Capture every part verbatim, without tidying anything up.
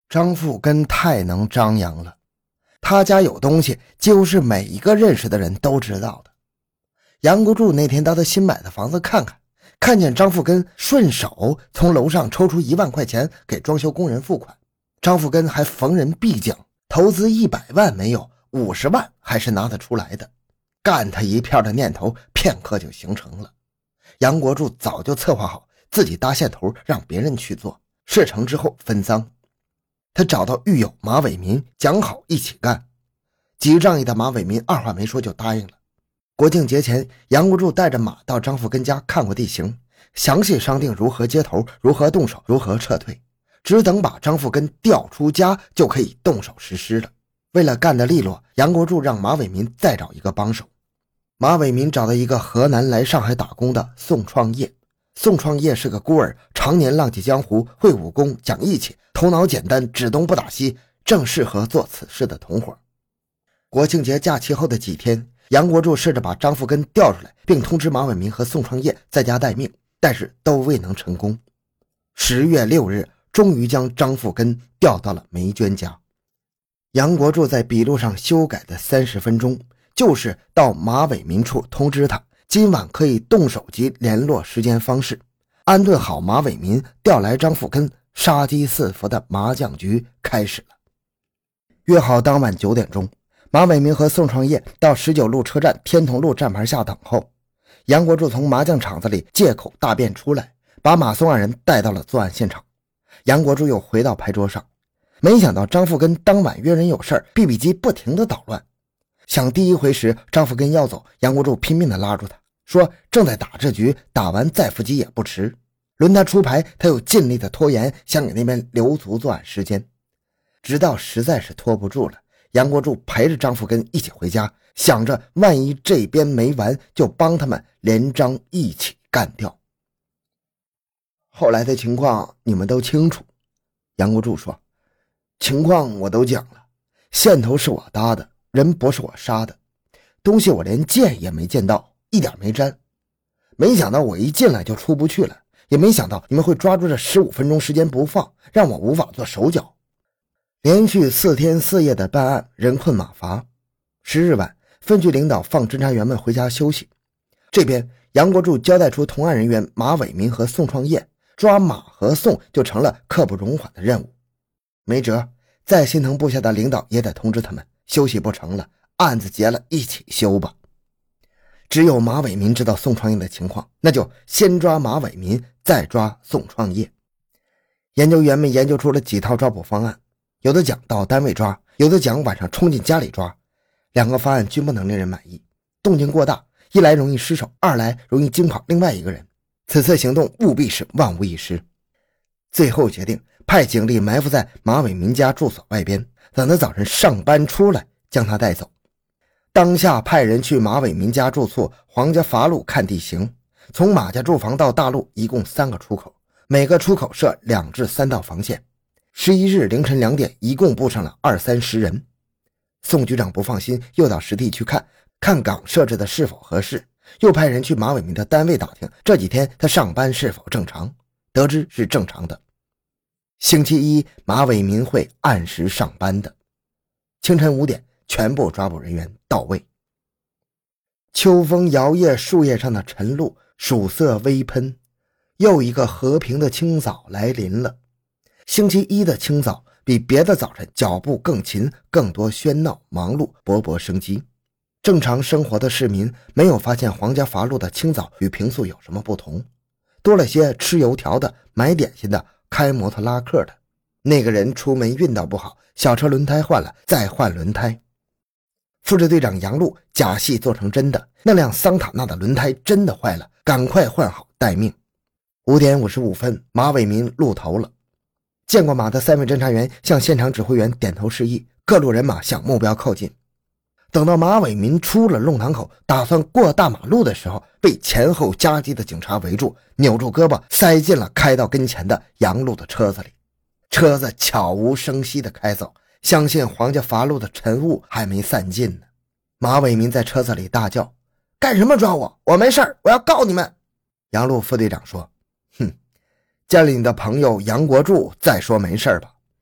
张富根太能张扬了，他家有东西几乎是每一个认识的人都知道的。杨国柱那天到他新买的房子看看，看见张富根顺手从楼上抽出一万块钱给装修工人付款，张富根还逢人必讲，投资一百万没有，五十万还是拿得出来的。干他一片的念头片刻就形成了。杨国柱早就策划好，自己搭线头让别人去做，事成之后分赃。他找到狱友马伟民讲好一起干，极仗义的马伟民二话没说就答应了。国庆节前，杨国柱带着马到张富根家看过地形，详细商定如何接头，如何动手，如何撤退，只等把张富根调出家就可以动手实施了。为了干得利落，杨国柱让马伟民再找一个帮手。马伟民找到一个河南来上海打工的宋创业。宋创业是个孤儿，常年浪迹江湖，会武功，讲义气，头脑简单，只东不打西，正适合做此事的同伙。国庆节假期后的几天，杨国柱试着把张富根调出来，并通知马伟民和宋创业在家待命，但是都未能成功。十月六日，终于将张富根调到了梅娟家。杨国柱在笔录上修改的三十分钟，就是到马伟民处通知他今晚可以动手及联络时间方式，安顿好马伟民，调来张富根，杀机四伏的麻将局开始了。约好当晚九点钟，马伟民和宋创业到十九路车站天同路站牌下等候。杨国柱从麻将场子里借口大便出来，把马宋二人带到了作案现场。杨国柱又回到牌桌上，没想到张富根当晚约人有事 B B 机不停地捣乱。想第一回时张富根要走，杨国柱拼命地拉住他，说正在打这局，打完再伏击也不迟。轮他出牌，他又尽力的拖延，想给那边留足作案时间。直到实在是拖不住了，杨国柱陪着张富根一起回家，想着万一这边没完，就帮他们连张一起干掉。后来的情况你们都清楚。杨国柱说，情况我都讲了，线头是我搭的，人不是我杀的，东西我连见也没见到，一点没沾。没想到我一进来就出不去了，也没想到你们会抓住这十五分钟时间不放，让我无法做手脚。连续四天四夜的办案，人困马乏。十日晚，分局领导放侦查员们回家休息。这边杨国柱交代出同案人员马伟民和宋创业，抓马和宋就成了刻不容缓的任务。没辙，再心疼部下的领导也得通知他们，休息不成了，案子结了一起休吧。只有马伟民知道宋创业的情况，那就先抓马伟民，再抓宋创业。研究员们研究出了几套抓捕方案，有的讲到单位抓，有的讲晚上冲进家里抓，两个方案均不能令人满意。动静过大，一来容易失手，二来容易惊跑另外一个人，此次行动务必是万无一失。最后决定派警力埋伏在马伟民家住所外边，等他早晨上班出来将他带走。当下派人去马伟民家住处黄家筏路看地形，从马家住房到大路一共三个出口，每个出口设两至三道防线。十一日凌晨两点，一共布上了二三十人。宋局长不放心，又到实地去看，看岗设置的是否合适，又派人去马伟民的单位打听这几天他上班是否正常，得知是正常的。星期一，马伟民会按时上班的。清晨五点，全部抓捕人员到位。秋风摇曳树叶上的晨露，曙色微喷，又一个和平的清早来临了。星期一的清早比别的早晨脚步更勤，更多喧闹忙碌，勃勃生机。正常生活的市民没有发现黄家筏路的清早与平素有什么不同，多了些吃油条的，买点心的，开摩托拉客的。那个人出门运道不好，小车轮胎换了，再换轮胎。副支队长杨璐假戏做成真的，那辆桑塔纳的轮胎真的坏了，赶快换好待命。五点五十五分，马伟民露头了。见过马的三位侦查员向现场指挥员点头示意，各路人马向目标靠近。等到马伟民出了弄堂口，打算过大马路的时候，被前后夹击的警察围住，扭住胳膊塞进了开到跟前的杨璐的车子里。车子悄无声息地开走，相信黄家筏路的晨雾还没散尽呢。马伟民在车子里大叫，干什么抓我？我没事儿，我要告你们。杨璐副队长说，哼，见了你的朋友杨国柱再说没事吧。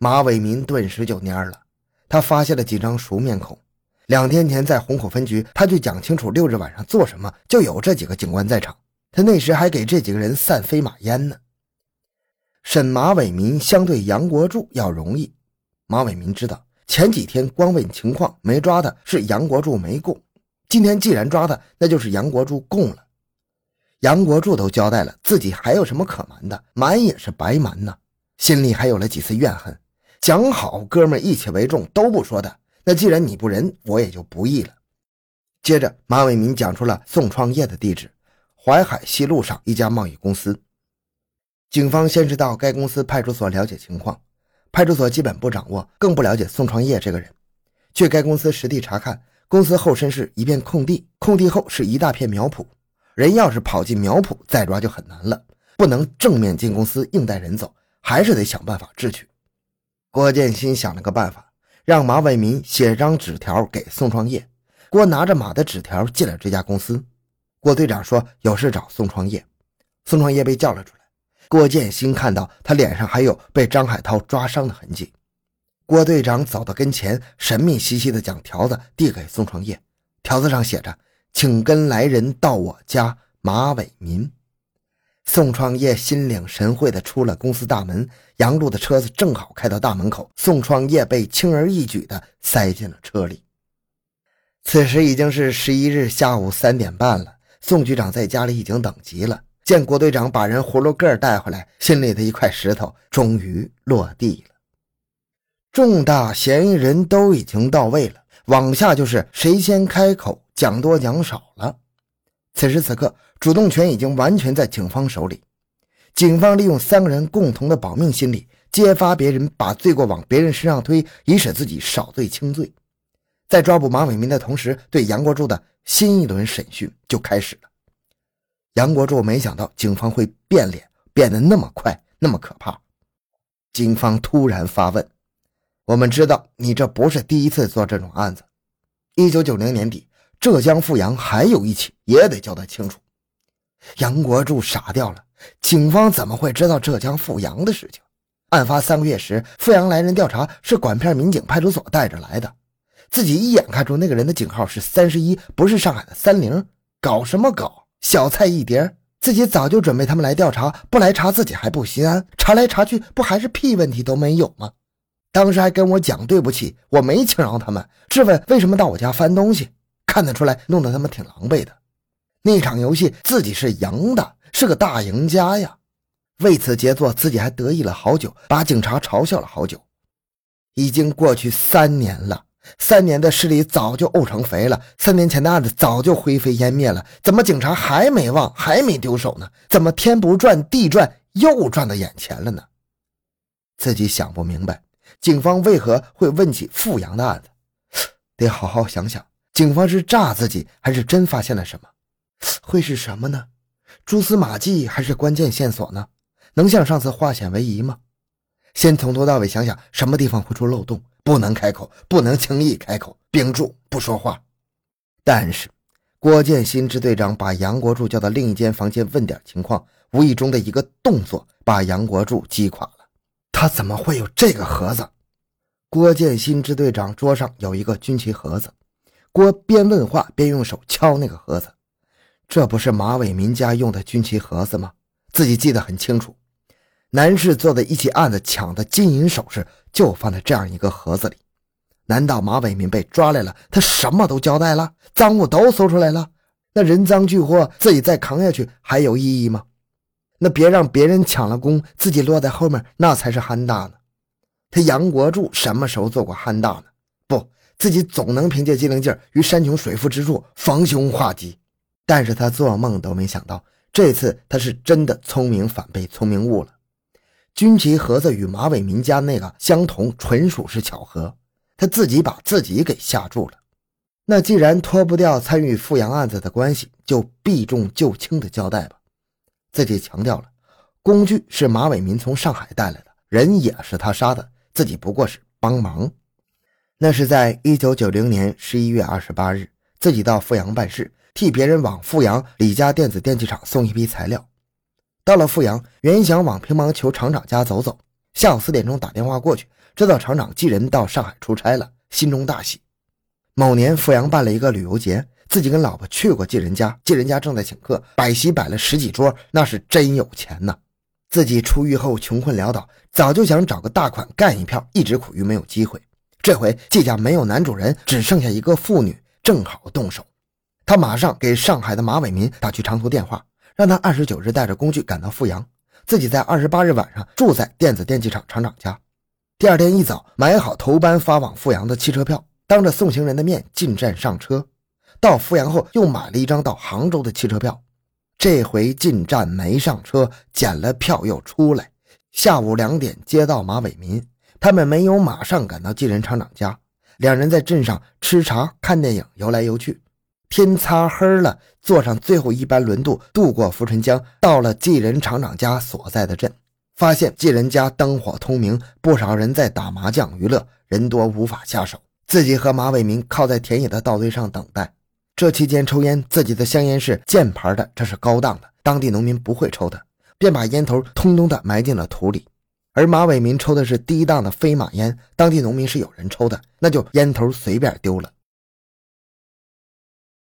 马伟民顿时就蔫了，他发现了几张熟面孔。两天前在虹口分局，他就讲清楚六日晚上做什么，就有这几个警官在场。他那时还给这几个人散飞马烟呢。审马伟民相对杨国柱要容易，马伟民知道前几天光问情况没抓的是杨国柱没供，今天既然抓的，那就是杨国柱供了。杨国柱都交代了，自己还有什么可瞒的？瞒也是白瞒呢，心里还有了几丝怨恨。讲好哥们一起为重都不说的，那既然你不仁，我也就不义了。接着马伟民讲出了宋创业的地址，淮海西路上一家贸易公司。警方先是到该公司派出所了解情况，派出所基本不掌握，更不了解宋创业这个人。去该公司实地查看，公司后身是一片空地，空地后是一大片苗圃，人要是跑进苗圃再抓就很难了，不能正面进公司硬带人走，还是得想办法智取。郭建新想了个办法，让马伟民写张纸条给宋创业。郭拿着马的纸条进了这家公司。郭队长说有事找宋创业。宋创业被叫了出来，郭建新看到他脸上还有被张海涛抓伤的痕迹。郭队长走到跟前，神秘兮兮地将条子递给宋创业，条子上写着请跟来人到我家，马伟民。宋创业心领神会地出了公司大门，杨路的车子正好开到大门口，宋创业被轻而易举地塞进了车里。此时已经是十一日下午三点半了，宋局长在家里已经等急了，见郭队长把人葫芦个带回来，心里的一块石头终于落地了。重大嫌疑人都已经到位了，往下就是谁先开口，讲多讲少了。此时此刻，主动权已经完全在警方手里。警方利用三个人共同的保命心理，揭发别人，把罪过往别人身上推，以使自己少罪轻罪。在抓捕马伟民的同时，对杨国柱的新一轮审讯就开始了。杨国柱没想到警方会变脸，变得那么快，那么可怕。警方突然发问，我们知道你这不是第一次做这种案子，一九九零年底浙江富阳还有一起，也得交代清楚。杨国柱傻掉了，警方怎么会知道浙江富阳的事情？案发三个月时，富阳来人调查是管片民警派出所带着来的，自己一眼看出那个人的警号是三十一，不是上海的三零，搞什么搞？小菜一碟，自己早就准备他们来调查，不来查自己还不心安，查来查去不还是屁问题都没有吗？当时还跟我讲对不起，我没轻饶他们，质问为什么到我家翻东西，看得出来弄得他们挺狼狈的。那场游戏自己是赢的，是个大赢家呀。为此杰作自己还得意了好久，把警察嘲笑了好久。已经过去三年了，三年的势力早就沤成肥了，三年前的案子早就灰飞烟灭了，怎么警察还没忘，还没丢手呢？怎么天不转地转又转到眼前了呢？自己想不明白，警方为何会问起富阳的案子？得好好想想，警方是诈自己还是真发现了什么？会是什么呢？蛛丝马迹还是关键线索呢？能像上次化险为夷吗？先从头到尾想想什么地方会出漏洞，不能开口，不能轻易开口，屏住不说话。但是郭建新支队长把杨国柱叫到另一间房间问点情况，无意中的一个动作把杨国柱击垮了。他怎么会有这个盒子？郭建新支队长桌上有一个军旗盒子，郭边问话边用手敲那个盒子。这不是马伟民家用的军旗盒子吗？自己记得很清楚，南市做的一起案子抢的金银首饰就放在这样一个盒子里。难道马伟民被抓来了，他什么都交代了，赃物都搜出来了？那人赃俱获，自己再扛下去还有意义吗？那别让别人抢了功，自己落在后面，那才是憨大呢。他杨国柱什么时候做过憨大呢？不，自己总能凭借机灵劲儿于山穷水复之处逢凶化吉。但是他做梦都没想到，这次他是真的聪明反被聪明误了。军旗盒子与马伟民家那个相同，纯属是巧合，他自己把自己给吓住了。那既然脱不掉参与富阳案子的关系，就避重就轻的交代吧。自己强调了，工具是马伟民从上海带来的，人也是他杀的，自己不过是帮忙。那是在一九九零年十一月二十八日，自己到富阳办事，替别人往富阳李家电子电器厂送一批材料。到了富阳，原想往乒乓球厂长家走走，下午四点钟打电话过去， 知道厂长季仁到上海出差了，心中大喜。某年阜阳办了一个旅游节，自己跟老婆去过季仁家，季仁家正在请客，摆席摆了十几桌，那是真有钱呐。自己出狱后穷困潦倒，早就想找个大款干一票，一直苦于没有机会。这回季家没有男主人，只剩下一个妇女，正好动手。他马上给上海的马伟民打去长途电话，让他二十九日带着工具赶到阜阳，自己在二十八日晚上住在电子电器厂厂长家。第二天一早买好头班发往阜阳的汽车票，当着送行人的面进站上车。到阜阳后又买了一张到杭州的汽车票，这回进站没上车，捡了票又出来。下午两点接到马伟民，他们没有马上赶到季仁厂长家，两人在镇上吃茶看电影，游来游去。天擦黑了，坐上最后一班轮渡渡过浮沉江，到了季仁厂长家所在的镇，发现季仁家灯火通明，不少人在打麻将娱乐，人多无法下手。自己和马伟民靠在田野的稻堆上等待。这期间抽烟，自己的香烟是箭牌的，这是高档的，当地农民不会抽的，便把烟头通通的埋进了土里。而马伟民抽的是低档的飞马烟，当地农民是有人抽的，那就烟头随便丢了。